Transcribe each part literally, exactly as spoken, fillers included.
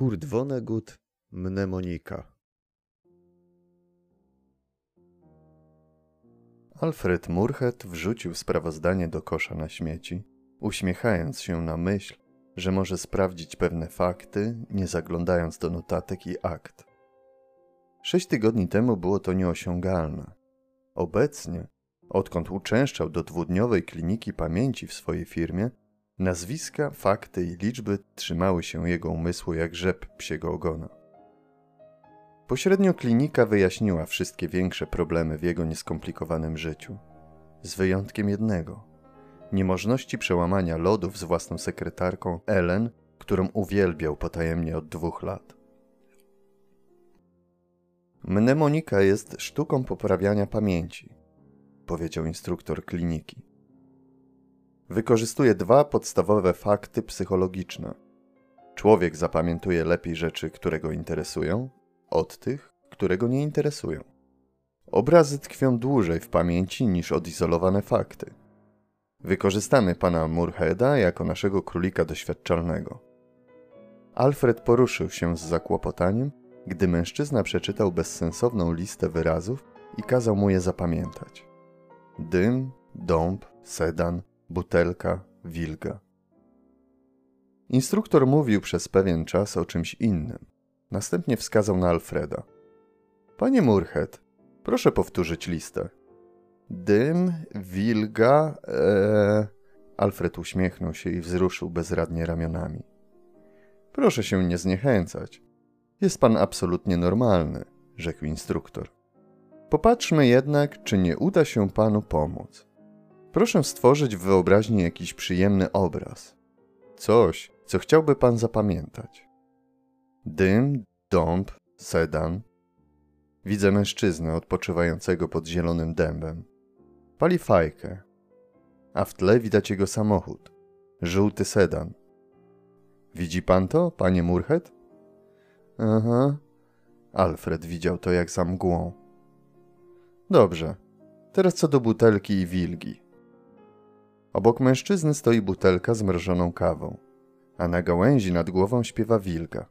Kurt Vonnegut, Mnemonika. Alfred Murchet wrzucił sprawozdanie do kosza na śmieci, uśmiechając się na myśl, że może sprawdzić pewne fakty, nie zaglądając do notatek i akt. Sześć tygodni temu było to nieosiągalne. Obecnie, odkąd uczęszczał do dwudniowej kliniki pamięci w swojej firmie, nazwiska, fakty i liczby trzymały się jego umysłu jak rzep psiego ogona. Pośrednio klinika wyjaśniła wszystkie większe problemy w jego nieskomplikowanym życiu. Z wyjątkiem jednego. Niemożności przełamania lodów z własną sekretarką Ellen, którą uwielbiał potajemnie od dwóch lat. Mnemonika jest sztuką poprawiania pamięci, powiedział instruktor kliniki. Wykorzystuje dwa podstawowe fakty psychologiczne. Człowiek zapamiętuje lepiej rzeczy, które go interesują, od tych, które go nie interesują. Obrazy tkwią dłużej w pamięci niż odizolowane fakty. Wykorzystamy pana Murcheta jako naszego królika doświadczalnego. Alfred poruszył się z zakłopotaniem, gdy mężczyzna przeczytał bezsensowną listę wyrazów i kazał mu je zapamiętać. Dym, dąb, sedan, butelka, wilga. Instruktor mówił przez pewien czas o czymś innym. Następnie wskazał na Alfreda. Panie Murchet, proszę powtórzyć listę. Dym, wilga, ee... Alfred uśmiechnął się i wzruszył bezradnie ramionami. Proszę się nie zniechęcać. Jest pan absolutnie normalny, rzekł instruktor. Popatrzmy jednak, czy nie uda się panu pomóc. Proszę stworzyć w wyobraźni jakiś przyjemny obraz. Coś, co chciałby pan zapamiętać. Dym, dąb, sedan. Widzę mężczyznę odpoczywającego pod zielonym dębem. Pali fajkę. A w tle widać jego samochód. Żółty sedan. Widzi pan to, panie Murchet? Aha. Alfred widział to jak za mgłą. Dobrze. Teraz co do butelki i wilgi. Obok mężczyzny stoi butelka z mrożoną kawą, a na gałęzi nad głową śpiewa wilga.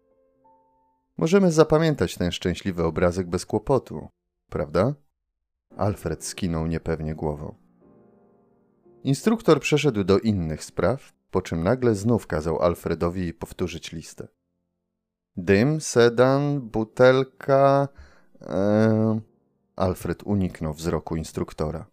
Możemy zapamiętać ten szczęśliwy obrazek bez kłopotu, prawda? Alfred skinął niepewnie głową. Instruktor przeszedł do innych spraw, po czym nagle znów kazał Alfredowi powtórzyć listę. Dym, sedan, butelka... Ee... Alfred uniknął wzroku instruktora.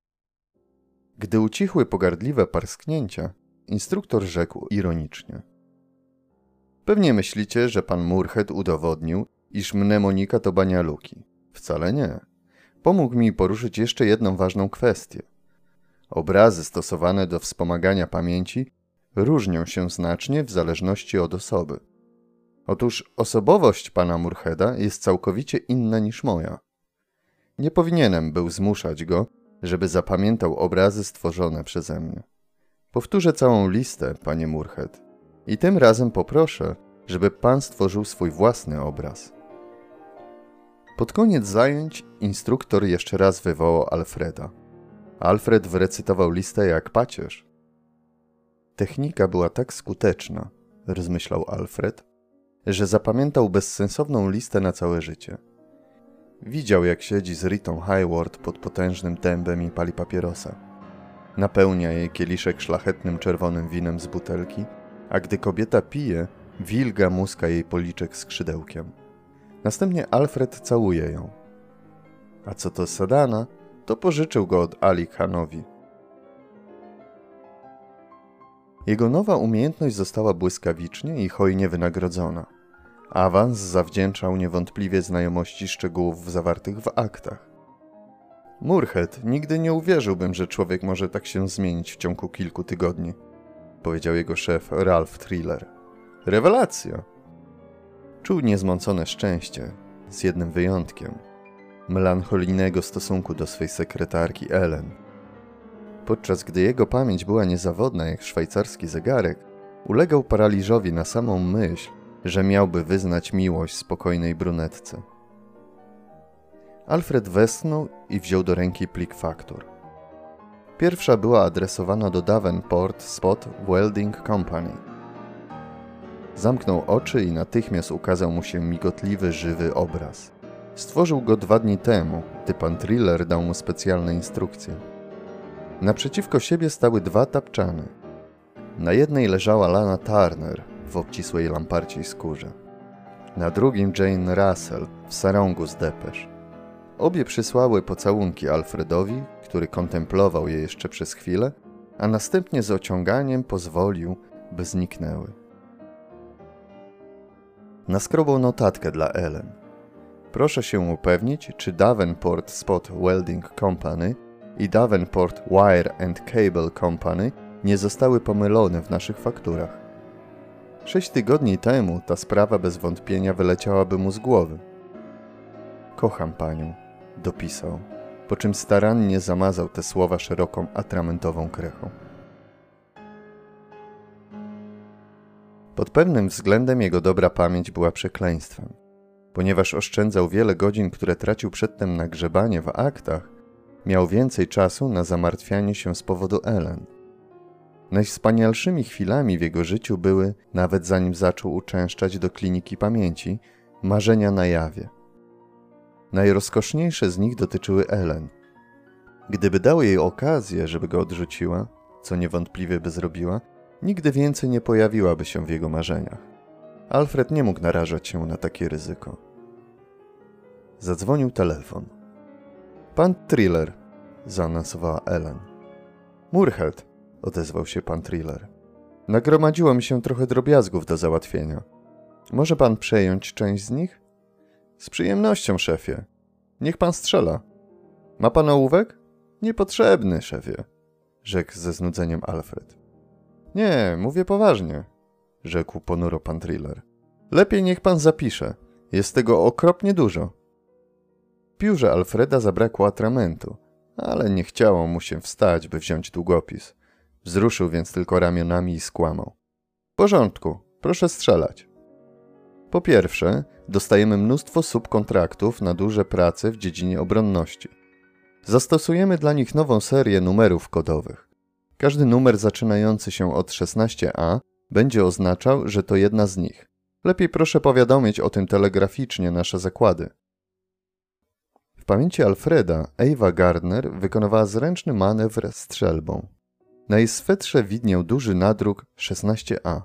Gdy ucichły pogardliwe parsknięcia, instruktor rzekł ironicznie. Pewnie myślicie, że pan Murchet udowodnił, iż mnemonika to banialuki. Wcale nie. Pomógł mi poruszyć jeszcze jedną ważną kwestię. Obrazy stosowane do wspomagania pamięci różnią się znacznie w zależności od osoby. Otóż osobowość pana Murcheta jest całkowicie inna niż moja. Nie powinienem był zmuszać go, żeby zapamiętał obrazy stworzone przeze mnie. Powtórzę całą listę, panie Murchet, i tym razem poproszę, żeby pan stworzył swój własny obraz. Pod koniec zajęć instruktor jeszcze raz wywołał Alfreda. Alfred wyrecytował listę jak pacierz. Technika była tak skuteczna, rozmyślał Alfred, że zapamiętał bezsensowną listę na całe życie. Widział, jak siedzi z Ritą Hayward pod potężnym dębem i pali papierosa. Napełnia jej kieliszek szlachetnym czerwonym winem z butelki, a gdy kobieta pije, wilga muska jej policzek skrzydełkiem. Następnie Alfred całuje ją. A co do sedana, to pożyczył go od Ali Khanowi. Jego nowa umiejętność została błyskawicznie i hojnie wynagrodzona. Awans zawdzięczał niewątpliwie znajomości szczegółów zawartych w aktach. Murchet, nigdy nie uwierzyłbym, że człowiek może tak się zmienić w ciągu kilku tygodni, powiedział jego szef Ralph Thriller. Rewelacja! Czuł niezmącone szczęście, z jednym wyjątkiem. Melancholijnego stosunku do swej sekretarki Ellen. Podczas gdy jego pamięć była niezawodna jak szwajcarski zegarek, ulegał paraliżowi na samą myśl, że miałby wyznać miłość spokojnej brunetce. Alfred westchnął i wziął do ręki plik faktur. Pierwsza była adresowana do Davenport Spot Welding Company. Zamknął oczy i natychmiast ukazał mu się migotliwy, żywy obraz. Stworzył go dwa dni temu, gdy pan Triller dał mu specjalne instrukcje. Naprzeciwko siebie stały dwa tapczany. Na jednej leżała Lana Turner w obcisłej lamparciej skórze. Na drugim Jane Russell w sarągu z depesz. Obie przysłały pocałunki Alfredowi, który kontemplował je jeszcze przez chwilę, a następnie z ociąganiem pozwolił, by zniknęły. Naskrobał notatkę dla Ellen. Proszę się upewnić, czy Davenport Spot Welding Company i Davenport Wire and Cable Company nie zostały pomylone w naszych fakturach. Sześć tygodni temu ta sprawa bez wątpienia wyleciałaby mu z głowy. Kocham panią, dopisał, po czym starannie zamazał te słowa szeroką atramentową krechą. Pod pewnym względem jego dobra pamięć była przekleństwem. Ponieważ oszczędzał wiele godzin, które tracił przedtem na grzebanie w aktach, miał więcej czasu na zamartwianie się z powodu Ellen. Najwspanialszymi chwilami w jego życiu były, nawet zanim zaczął uczęszczać do kliniki pamięci, marzenia na jawie. Najrozkoszniejsze z nich dotyczyły Ellen. Gdyby dał jej okazję, żeby go odrzuciła, co niewątpliwie by zrobiła, nigdy więcej nie pojawiłaby się w jego marzeniach. Alfred nie mógł narażać się na takie ryzyko. Zadzwonił telefon. Pan Triller, zaanonsowała Ellen. Moorhead, odezwał się pan Triller. Nagromadziło mi się trochę drobiazgów do załatwienia. Może pan przejąć część z nich? Z przyjemnością, szefie. Niech pan strzela. Ma pan ołówek? Niepotrzebny, szefie, rzekł ze znudzeniem Alfred. Nie, mówię poważnie, rzekł ponuro pan Triller. Lepiej niech pan zapisze. Jest tego okropnie dużo. W piórze Alfreda zabrakło atramentu, ale nie chciało mu się wstać, by wziąć długopis. Wzruszył więc tylko ramionami i skłamał. W porządku, proszę strzelać. Po pierwsze, dostajemy mnóstwo subkontraktów na duże prace w dziedzinie obronności. Zastosujemy dla nich nową serię numerów kodowych. Każdy numer zaczynający się od szesnaście A będzie oznaczał, że to jedna z nich. Lepiej proszę powiadomić o tym telegraficznie nasze zakłady. W pamięci Alfreda Ava Gardner wykonywała zręczny manewr strzelbą. Na jej swetrze widniał duży nadruk szesnaście A.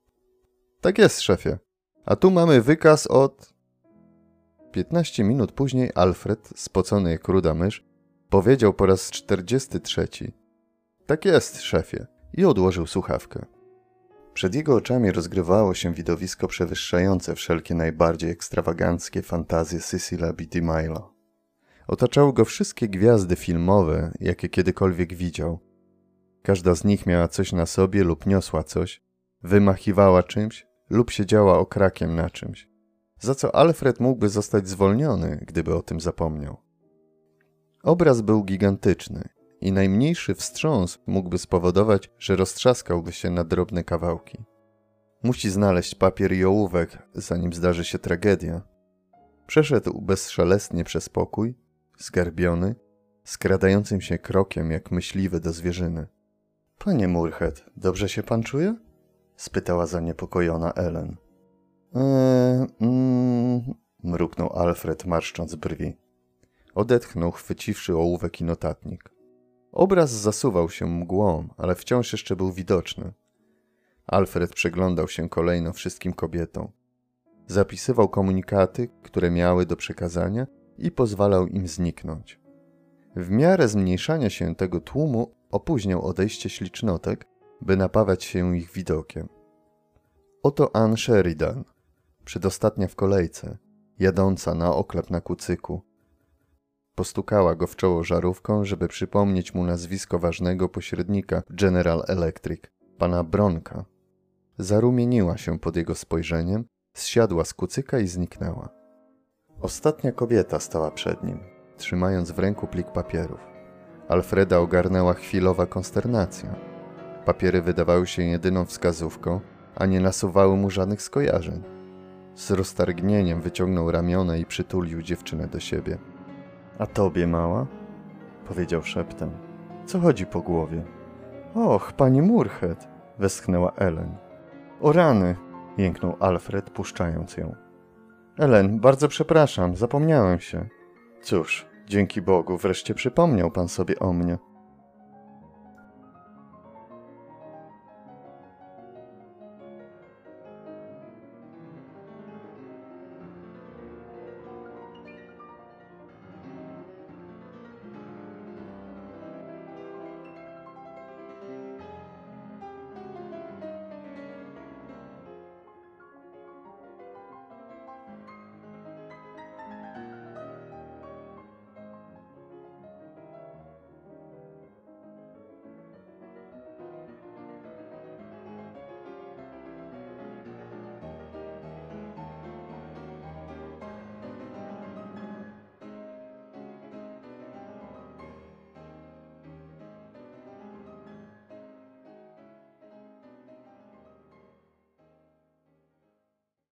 Tak jest, szefie. A tu mamy wykaz od... Piętnaście minut później Alfred, spocony jak ruda mysz, powiedział po raz czterdziesty trzeci. Tak jest, szefie. I odłożył słuchawkę. Przed jego oczami rozgrywało się widowisko przewyższające wszelkie najbardziej ekstrawaganckie fantazje Cecila B. DeMille. Otaczały go wszystkie gwiazdy filmowe, jakie kiedykolwiek widział. Każda z nich miała coś na sobie lub niosła coś, wymachiwała czymś lub siedziała okrakiem na czymś, za co Alfred mógłby zostać zwolniony, gdyby o tym zapomniał. Obraz był gigantyczny i najmniejszy wstrząs mógłby spowodować, że roztrzaskałby się na drobne kawałki. Musi znaleźć papier i ołówek, zanim zdarzy się tragedia. Przeszedł bezszelestnie przez pokój, zgarbiony, skradającym się krokiem jak myśliwy do zwierzyny. — Panie Moorhead, dobrze się pan czuje? — spytała zaniepokojona Ellen. Eee, mm, mruknął Alfred, marszcząc brwi. Odetchnął, chwyciwszy ołówek i notatnik. Obraz zasuwał się mgłą, ale wciąż jeszcze był widoczny. Alfred przeglądał się kolejno wszystkim kobietom. Zapisywał komunikaty, które miały do przekazania i pozwalał im zniknąć. W miarę zmniejszania się tego tłumu opóźniał odejście ślicznotek, by napawać się ich widokiem. Oto Ann Sheridan, przedostatnia w kolejce, jadąca na oklep na kucyku. Postukała go w czoło żarówką, żeby przypomnieć mu nazwisko ważnego pośrednika General Electric, pana Bronka. Zarumieniła się pod jego spojrzeniem, zsiadła z kucyka i zniknęła. Ostatnia kobieta stała przed nim, trzymając w ręku plik papierów. Alfreda ogarnęła chwilowa konsternacja. Papiery wydawały się jedyną wskazówką, a nie nasuwały mu żadnych skojarzeń. Z roztargnieniem wyciągnął ramiona i przytulił dziewczynę do siebie. — A tobie, mała? — powiedział szeptem. — Co chodzi po głowie? — Och, pani Moorhead! — westchnęła Ellen. — O rany! jęknął Alfred, puszczając ją. Ellen, bardzo przepraszam, zapomniałem się. Cóż, dzięki Bogu, wreszcie przypomniał pan sobie o mnie.